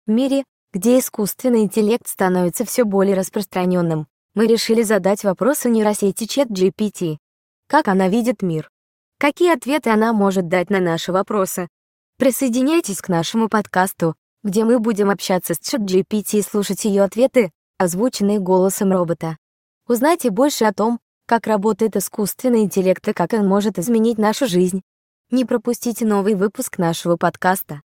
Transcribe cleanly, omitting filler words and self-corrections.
В мире, где искусственный интеллект становится все более распространенным, мы решили задать вопросы нейросети ChatGPT. Как она видит мир? Какие ответы она может дать на наши вопросы? Присоединяйтесь к нашему подкасту, где мы будем общаться с ChatGPT и слушать ее ответы, озвученные голосом робота. Узнайте больше о том, как работает искусственный интеллект и как он может изменить нашу жизнь. Не пропустите новый выпуск нашего подкаста.